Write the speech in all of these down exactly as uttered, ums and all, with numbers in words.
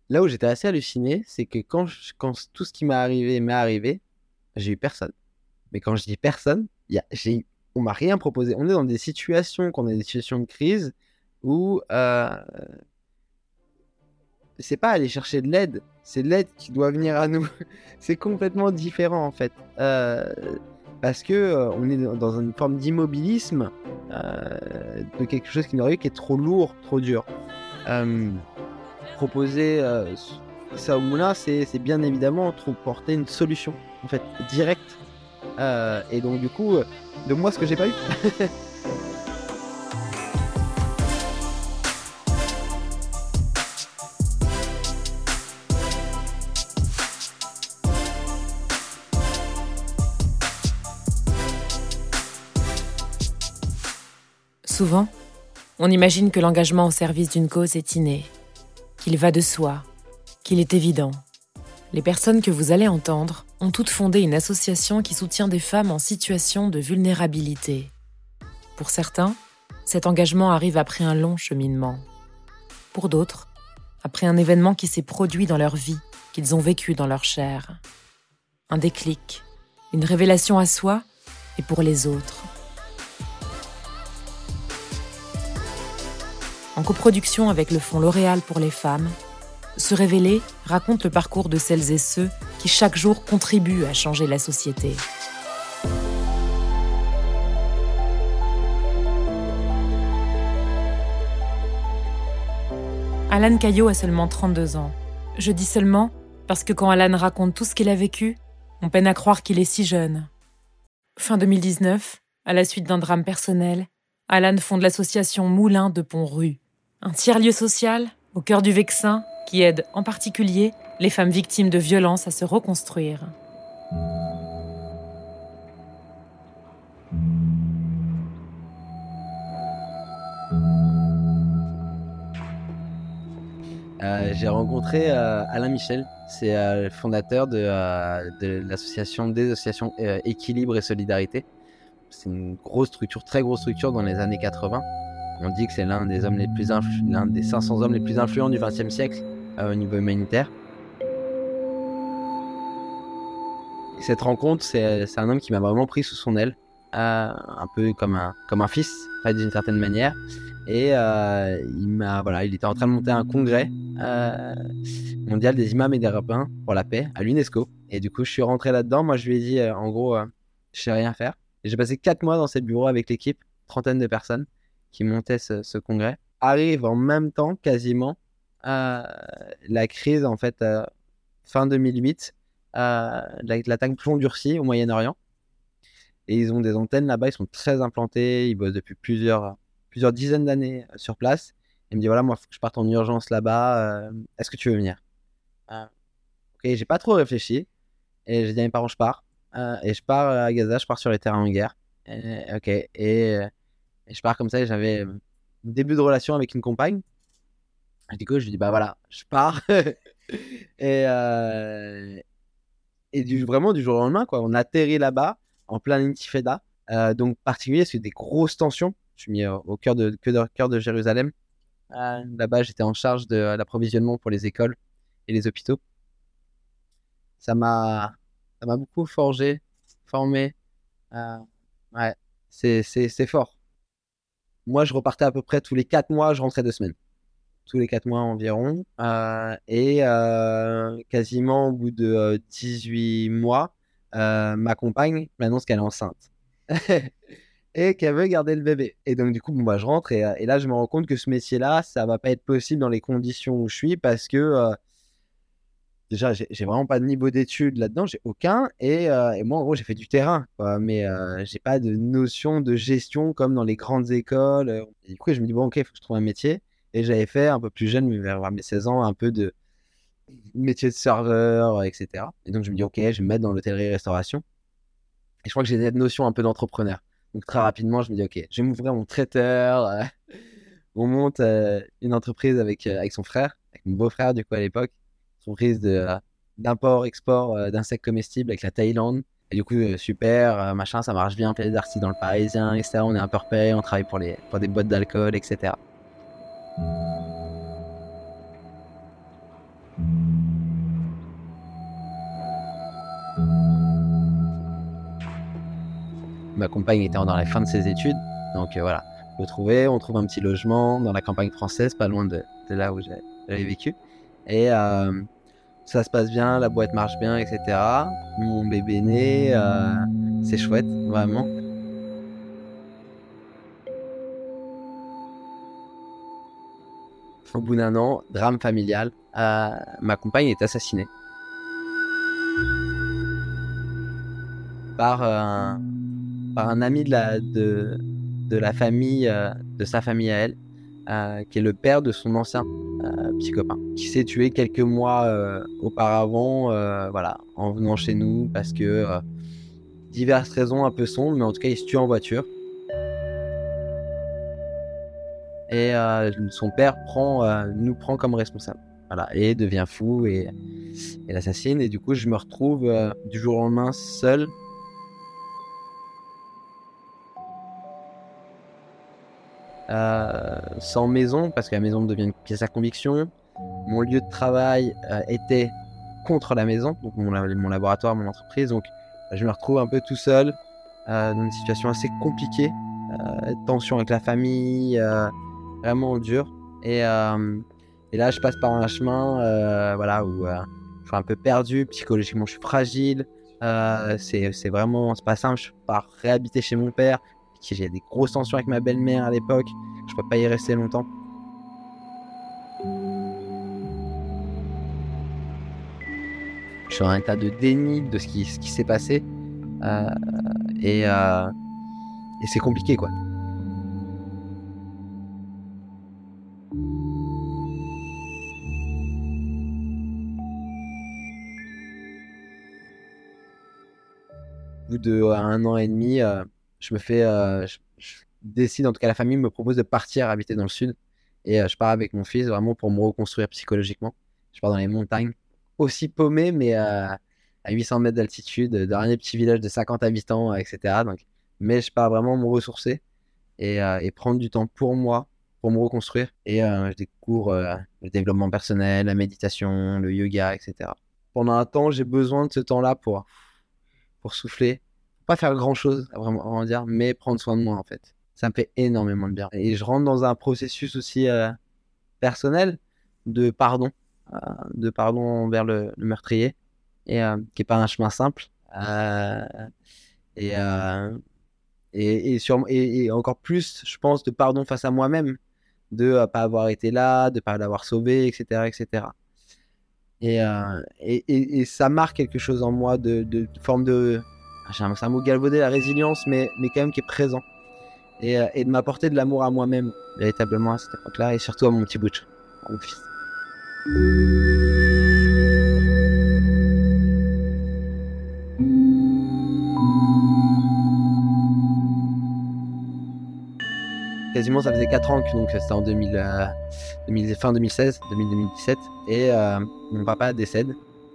Là où j'étais assez halluciné, c'est que quand, je- quand tout ce qui m'est arrivé m'est arrivé, j'ai eu personne. Mais quand je dis personne, il y a, j'ai, on m'a rien proposé. On est dans des situations, qu'on a des situations de crise où euh, c'est pas aller chercher de l'aide, c'est l'aide qui doit venir à nous. C'est complètement différent en fait. Euh, parce que euh, on est dans une forme d'immobilisme euh, de quelque chose qui n'aurait eu qui est trop lourd, trop dur. Euh, proposer euh, ça au moulin, c'est, c'est bien évidemment trop porter une solution en fait directe. Euh, et donc du coup, euh, de moi ce que j'ai pas eu. Souvent, on imagine que l'engagement au service d'une cause est inné, qu'il va de soi, qu'il est évident. Les personnes que vous allez entendre ont toutes fondé une association qui soutient des femmes en situation de vulnérabilité. Pour certains, cet engagement arrive après un long cheminement. Pour d'autres, après un événement qui s'est produit dans leur vie, qu'ils ont vécu dans leur chair. Un déclic, une révélation à soi et pour les autres. En coproduction avec le Fonds L'Oréal pour les femmes, Se révéler raconte le parcours de celles et ceux qui chaque jour contribuent à changer la société. Alan Caillot a seulement trente-deux ans. Je dis seulement parce que quand Alan raconte tout ce qu'il a vécu, on peine à croire qu'il est si jeune. Fin deux mille dix-neuf, à la suite d'un drame personnel, Alan fonde l'association Moulin de Pont-Rue, un tiers-lieu social au cœur du Vexin qui aide en particulier les femmes victimes de violences à se reconstruire. Euh, j'ai rencontré euh, Alain Michel, c'est euh, le fondateur de, euh, de l'association des associations euh, Équilibre et Solidarité. C'est une grosse structure, très grosse structure dans les années quatre-vingts. On dit que c'est l'un des hommes les plus influ- l'un des cinq cents hommes les plus influents du vingtième siècle euh, au niveau humanitaire. Et cette rencontre, c'est, c'est un homme qui m'a vraiment pris sous son aile, euh, un peu comme un, comme un fils, en fait, d'une certaine manière. Et euh, il m'a, voilà, il était en train de monter un congrès euh, mondial des imams et des rabbins pour la paix à l'UNESCO. Et du coup, je suis rentré là-dedans. Moi, je lui ai dit, euh, en gros, euh, je sais rien faire. Et j'ai passé quatre mois dans ces bureaux avec l'équipe, trentaine de personnes qui montaient ce, ce congrès. Arrive en même temps, quasiment, euh, la crise, en fait, euh, fin deux mille huit, euh, l'attaque plomb durci au Moyen-Orient. Et ils ont des antennes là-bas, ils sont très implantés, ils bossent depuis plusieurs, plusieurs dizaines d'années sur place. Il me dit, voilà, moi, il faut que je parte en urgence là-bas, euh, est-ce que tu veux venir? Ah, ok, j'ai pas trop réfléchi, et j'ai dit à mes parents, je pars. Euh, et je pars à Gaza, je pars sur les terrains en guerre. Et, ok, et, et je pars comme ça, et j'avais un début de relation avec une compagne. Et du coup, je lui dis, bah voilà, je pars. et, euh, et du, vraiment, du jour au lendemain, quoi, on atterrit là-bas, en plein intifada. Euh, donc, particulier, c'est des grosses tensions. Je suis mis euh, au cœur de, cœur de, cœur de Jérusalem. Euh, là-bas, j'étais en charge de euh, l'approvisionnement pour les écoles et les hôpitaux. Ça m'a, ça m'a beaucoup forgé, formé. Euh, ouais, c'est, c'est, c'est fort. Moi, je repartais à peu près tous les quatre mois, je rentrais deux semaines. Tous les quatre mois environ. Euh, et euh, quasiment au bout de euh, dix-huit mois, euh, ma compagne m'annonce qu'elle est enceinte. Et qu'elle veut garder le bébé. Et donc, du coup, bon, bah, je rentre et, euh, et là, je me rends compte que ce métier-là, ça va pas être possible dans les conditions où je suis parce que euh, déjà, j'ai j'ai vraiment pas de niveau d'études là-dedans, j'ai aucun. Et, euh, et moi, en gros, j'ai fait du terrain, quoi, mais euh, j'ai pas de notion de gestion comme dans les grandes écoles. euh. Et du coup, je me dis, bon, ok, il faut que je trouve un métier. Et j'avais fait un peu plus jeune, vers mes seize ans, un peu de métier de serveur, et cetera. Et donc, je me dis, ok, je vais me mettre dans l'hôtellerie-restauration. Et je crois que j'ai cette notion un peu d'entrepreneur. Donc, très rapidement, je me dis, ok, je vais m'ouvrir mon traiteur. euh, on monte euh, une entreprise avec, euh, avec son frère, avec mon beau-frère, du coup, à l'époque. Entreprise de, euh, d'import-export euh, d'insectes comestibles avec la Thaïlande. Et du coup, euh, super, euh, machin, ça marche bien, fait des artistes dans le Parisien, et cetera. On est un peu repéré, on travaille pour, les, pour des boîtes d'alcool, et cetera. Ma compagne était dans la fin de ses études, donc euh, voilà, je le trouvais, on trouve un petit logement dans la campagne française, pas loin de, de là où j'ai- j'avais vécu. Et euh, ça se passe bien, la boîte marche bien, et cetera. Mon bébé est né, euh, c'est chouette, vraiment. Au bout d'un an, drame familial, euh, ma compagne est assassinée par, euh, un, par un ami de la, de, de la famille, euh, de sa famille à elle, euh, qui est le père de son ancien euh, petit copain, qui s'est tué quelques mois euh, auparavant, euh, voilà, en venant chez nous parce que euh, diverses raisons un peu sombres, mais en tout cas, il se tue en voiture. Et euh, son père prend, euh, nous prend comme responsable. Voilà, et devient fou et, et l'assassine. Et du coup, je me retrouve euh, du jour au lendemain seul. Euh, sans maison, parce que la maison devient une pièce à conviction. Mon lieu de travail euh, était contre la maison, donc mon, mon laboratoire, mon entreprise. Donc, je me retrouve un peu tout seul, euh, dans une situation assez compliquée. Euh, tension avec la famille, euh, vraiment dur. Et, euh, et là, je passe par un chemin euh, voilà, où euh, je suis un peu perdu, psychologiquement, je suis fragile. Euh, c'est, c'est vraiment, c'est pas simple. Je pars réhabiter chez mon père. J'ai des grosses tensions avec ma belle-mère à l'époque. Je peux pas y rester longtemps. Je suis dans un état de déni de ce qui, ce qui s'est passé. Euh, et, euh, et c'est compliqué, quoi. Au bout de euh, un an et demi, euh, je me fais, euh, je, je décide, en tout cas la famille me propose de partir habiter dans le sud. Et euh, je pars avec mon fils vraiment pour me reconstruire psychologiquement. Je pars dans les montagnes, aussi paumé, mais euh, à huit cents mètres d'altitude, dans un petit village de cinquante habitants, euh, et cetera. Donc, mais je pars vraiment me ressourcer et, euh, et prendre du temps pour moi, pour me reconstruire. Et euh, je découvre euh, le développement personnel, la méditation, le yoga, et cetera. Pendant un temps, j'ai besoin de ce temps-là pour pour souffler. Pas faire grand chose, à vraiment, vraiment dire, mais prendre soin de moi en fait. Ça me fait énormément de bien. Et je rentre dans un processus aussi euh, personnel de pardon, euh, de pardon envers le, le meurtrier, et euh, qui est pas un chemin simple. Euh, et, euh, et, et, sur, et, et encore plus, je pense, de pardon face à moi-même, de ne pas avoir été là, de ne pas l'avoir sauvé, et cetera, et cetera. Et, euh, et, et, et ça marque quelque chose en moi de, de, de forme de. C'est un, un mot galvaudé, la résilience, mais, mais quand même qui est présent. Et, euh, et de m'apporter de l'amour à moi-même, véritablement à cette époque-là, et surtout à mon petit Butch, à mon fils. Quasiment, ça faisait quatre ans que donc, c'était en deux mille, euh, deux mille, fin deux mille seize, deux mille, deux mille dix-sept, et euh, mon papa décède.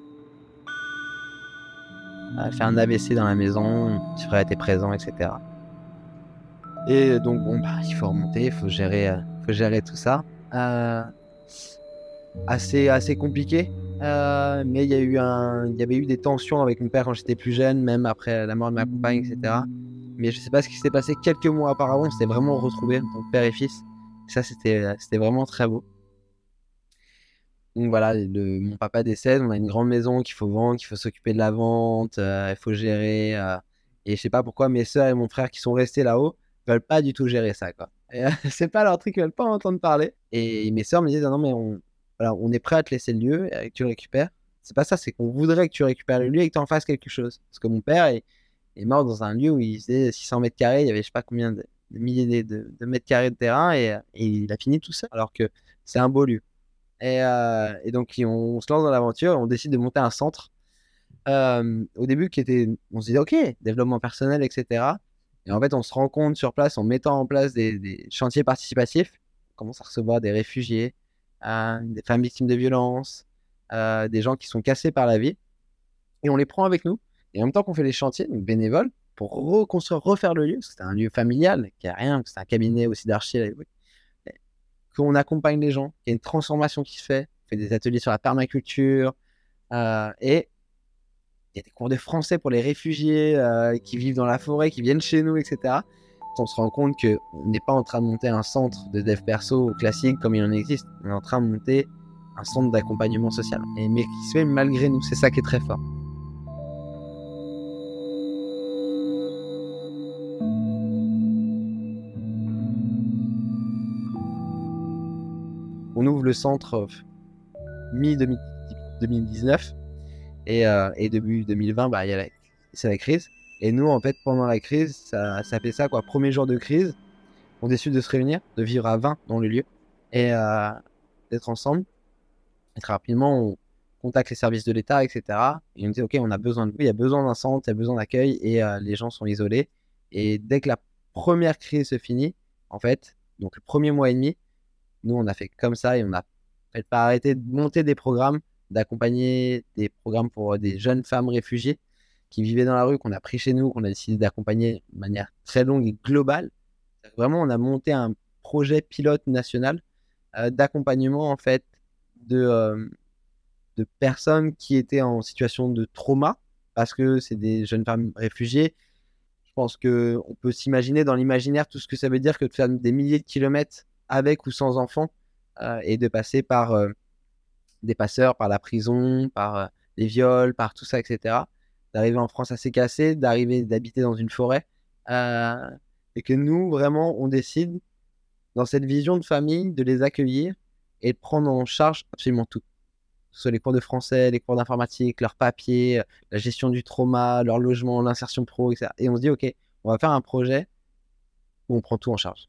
Il a fait un A V C dans la maison, mon petit frère était présent, et cetera. Et donc, bon, bah, il faut remonter, il faut gérer, euh, faut gérer tout ça. Euh, assez, assez compliqué, euh, mais il y a eu un, il y avait eu des tensions avec mon père quand j'étais plus jeune, même après la mort de ma compagne, et cetera. Mais je sais pas ce qui s'est passé quelques mois auparavant, on s'était vraiment retrouvés, donc père et fils. Ça, c'était, c'était vraiment très beau. Donc voilà, le, mon papa décède, on a une grande maison qu'il faut vendre, qu'il faut s'occuper de la vente, euh, il faut gérer. Euh, et je sais pas pourquoi mes soeurs et mon frère qui sont restés là-haut veulent pas du tout gérer ça, quoi. Et, euh, c'est pas leur truc, ils veulent pas en entendre parler. Et mes soeurs me disent, ah non, mais on, voilà, on est prêt à te laisser le lieu et que tu le récupères. C'est pas ça, c'est qu'on voudrait que tu récupères le lieu et que tu en fasses quelque chose. Parce que mon père est, est mort dans un lieu où il faisait six cents mètres carrés, il y avait je sais pas combien de, de milliers de, de, de mètres carrés de terrain et, et il a fini tout ça. Alors que c'est un beau lieu. Et, euh, et donc, on, on se lance dans l'aventure et on décide de monter un centre. Euh, au début, qui était, on se disait, OK, développement personnel, et cetera. Et en fait, on se rend compte sur place, en mettant en place des, des chantiers participatifs, on commence à recevoir des réfugiés, euh, des femmes victimes de violences, euh, des gens qui sont cassés par la vie. Et on les prend avec nous. Et en même temps qu'on fait les chantiers, donc bénévoles, pour reconstruire, refaire le lieu, parce que c'était un lieu familial, qui a rien, c'était un cabinet aussi d'archi à l'époque, qu'on accompagne les gens, qu'il y a une transformation qui se fait, on fait des ateliers sur la permaculture, euh, et il y a des cours de français pour les réfugiés euh, qui vivent dans la forêt, qui viennent chez nous, et cetera. On se rend compte qu'on n'est pas en train de monter un centre de dev perso classique comme il en existe. On est en train de monter un centre d'accompagnement social. Et, mais qui se fait malgré nous. C'est ça qui est très fort. On ouvre le centre mi-deux mille dix-neuf et, euh, et début deux mille vingt, bah, y a la, c'est la crise. Et nous, en fait, pendant la crise, ça, ça fait ça, quoi. Premier jour de crise, on décide de se réunir, de vivre à vingt dans le lieu et euh, d'être ensemble. Et très rapidement, on contacte les services de l'État, et cetera. Et on nous dit, OK, on a besoin de vous, il y a besoin d'un centre, il y a besoin d'accueil et euh, les gens sont isolés. Et dès que la première crise se finit, en fait, donc le premier mois et demi, nous, on a fait comme ça et on a fait pas arrêter de monter des programmes, d'accompagner des programmes pour des jeunes femmes réfugiées qui vivaient dans la rue, qu'on a pris chez nous, qu'on a décidé d'accompagner de manière très longue et globale. Vraiment, on a monté un projet pilote national euh, d'accompagnement en fait de, euh, de personnes qui étaient en situation de trauma parce que c'est des jeunes femmes réfugiées. Je pense qu'on peut s'imaginer dans l'imaginaire tout ce que ça veut dire que de faire des milliers de kilomètres avec ou sans enfants euh, et de passer par euh, des passeurs, par la prison, par euh, les viols, par tout ça, et cetera. D'arriver en France assez cassé, d'arriver, d'habiter dans une forêt. Euh, et que nous, vraiment, on décide, dans cette vision de famille, de les accueillir et de prendre en charge absolument tout. Que ce soit les cours de français, les cours d'informatique, leurs papiers, la gestion du trauma, leur logement, l'insertion pro, et cetera. Et on se dit, OK, on va faire un projet où on prend tout en charge.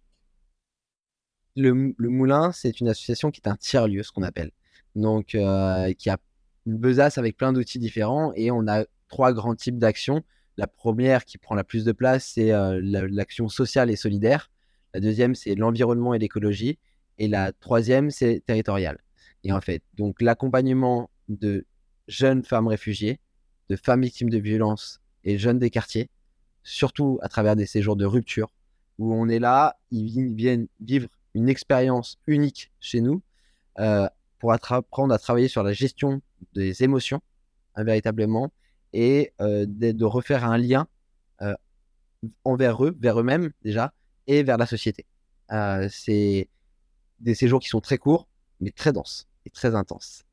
Le, le Moulin, c'est une association qui est un tiers-lieu, ce qu'on appelle. Donc, euh, qui a une besace avec plein d'outils différents et on a trois grands types d'actions. La première qui prend la plus de place, c'est euh, la, l'action sociale et solidaire. La deuxième, c'est l'environnement et l'écologie. Et la troisième, c'est territorial. Et en fait, donc l'accompagnement de jeunes femmes réfugiées, de femmes victimes de violences et jeunes des quartiers, surtout à travers des séjours de rupture, où on est là, ils viennent vivre une expérience unique chez nous euh, pour apprendre à travailler sur la gestion des émotions, hein, véritablement, et euh, de, de refaire un lien euh, envers eux, vers eux-mêmes déjà, et vers la société. Euh, c'est des séjours qui sont très courts, mais très denses et très intenses.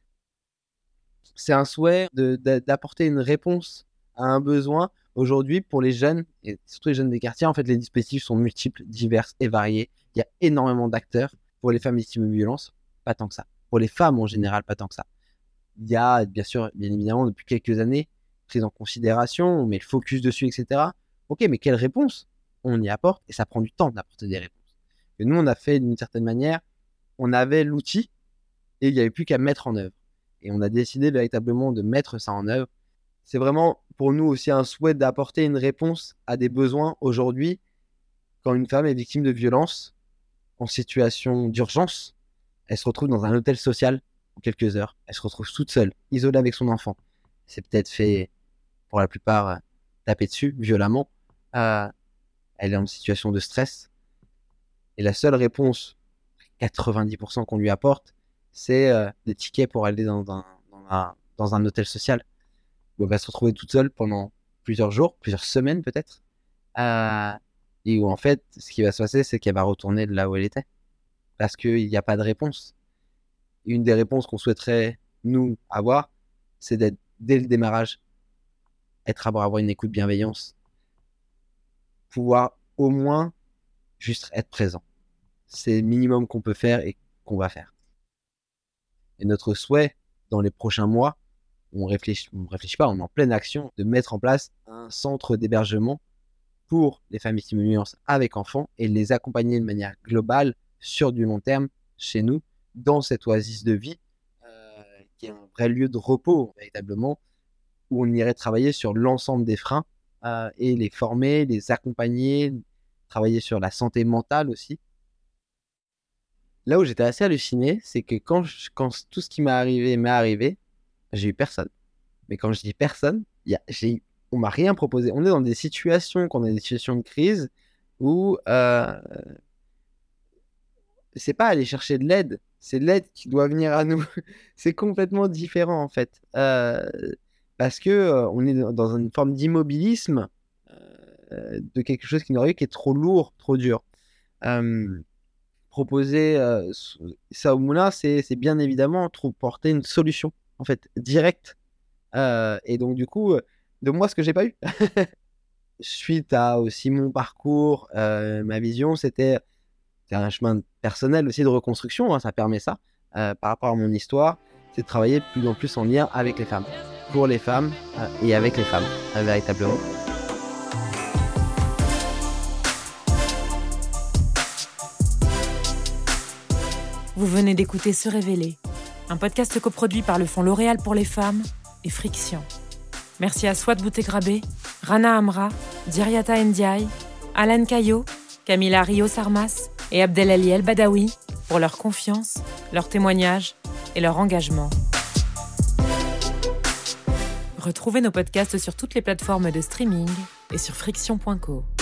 C'est un souhait de, de, d'apporter une réponse à un besoin. Aujourd'hui, pour les jeunes, et surtout les jeunes des quartiers, en fait, les dispositifs sont multiples, divers et variés. Il y a énormément d'acteurs. Pour les femmes victimes de violences, pas tant que ça. Pour les femmes en général, pas tant que ça. Il y a, bien sûr, bien évidemment, depuis quelques années, prise en considération, on met le focus dessus, et cetera. Ok, mais quelle réponse on y apporte? Et ça prend du temps d'apporter des réponses. Et nous, on a fait d'une certaine manière, on avait l'outil et il n'y avait plus qu'à mettre en œuvre. Et on a décidé véritablement de mettre ça en œuvre. C'est vraiment pour nous aussi un souhait d'apporter une réponse à des besoins aujourd'hui. Quand une femme est victime de violence, en situation d'urgence, elle se retrouve dans un hôtel social en quelques heures. Elle se retrouve toute seule, isolée avec son enfant. C'est peut-être fait, pour la plupart, euh, taper dessus violemment. Euh, elle est en situation de stress. Et la seule réponse, quatre-vingt-dix pour cent qu'on lui apporte, c'est euh, des tickets pour aller dans un, dans, un, dans un hôtel social où elle va se retrouver toute seule pendant plusieurs jours, plusieurs semaines peut-être. Euh, et où en fait, ce qui va se passer, c'est qu'elle va retourner de là où elle était. Parce qu'il n'y a pas de réponse. Une des réponses qu'on souhaiterait, nous, avoir, c'est d'être, dès le démarrage, être à avoir une écoute bienveillance. Pouvoir au moins juste être présent. C'est le minimum qu'on peut faire et qu'on va faire. Et notre souhait, dans les prochains mois, on réfléchit, on réfléchit pas, on est en pleine action de mettre en place un centre d'hébergement pour les familles victimes de violences avec enfants et les accompagner de manière globale sur du long terme chez nous, dans cette oasis de vie, euh, qui est un vrai lieu de repos, véritablement, où on irait travailler sur l'ensemble des freins euh, et les former, les accompagner, travailler sur la santé mentale aussi. Là où j'étais assez halluciné, c'est que quand, je, quand tout ce qui m'est arrivé m'est arrivé, j'ai eu personne. Mais quand je dis personne, y a, j'ai, on m'a rien proposé. On est dans des situations, quand on a des situations de crise, où euh, c'est pas aller chercher de l'aide, c'est l'aide qui doit venir à nous. C'est complètement différent en fait. Euh, parce que euh, on est dans une forme d'immobilisme euh, de quelque chose qui nous arrive, qui est trop lourd, trop dur. Euh, proposer euh, ça au moulin, c'est, c'est bien évidemment trop porter une solution, en fait, directe. Euh, et donc, du coup, de moi, ce que j'ai pas eu. Suite à aussi mon parcours, euh, ma vision, c'était, c'était un chemin personnel aussi de reconstruction, hein, ça permet ça, euh, par rapport à mon histoire, c'est de travailler de plus en plus en lien avec les femmes, pour les femmes euh, et avec les femmes, euh, véritablement. Vous venez d'écouter Se Révéler, un podcast coproduit par le Fonds L'Oréal pour les femmes et Friction. Merci à Swat Boutegrabé, Rana Amra, Diriata Ndiaye, Alan Caillot, Camila Rio-Sarmas et Abdelali El Badawi pour leur confiance, leur témoignage et leur engagement. Retrouvez nos podcasts sur toutes les plateformes de streaming et sur friction point co.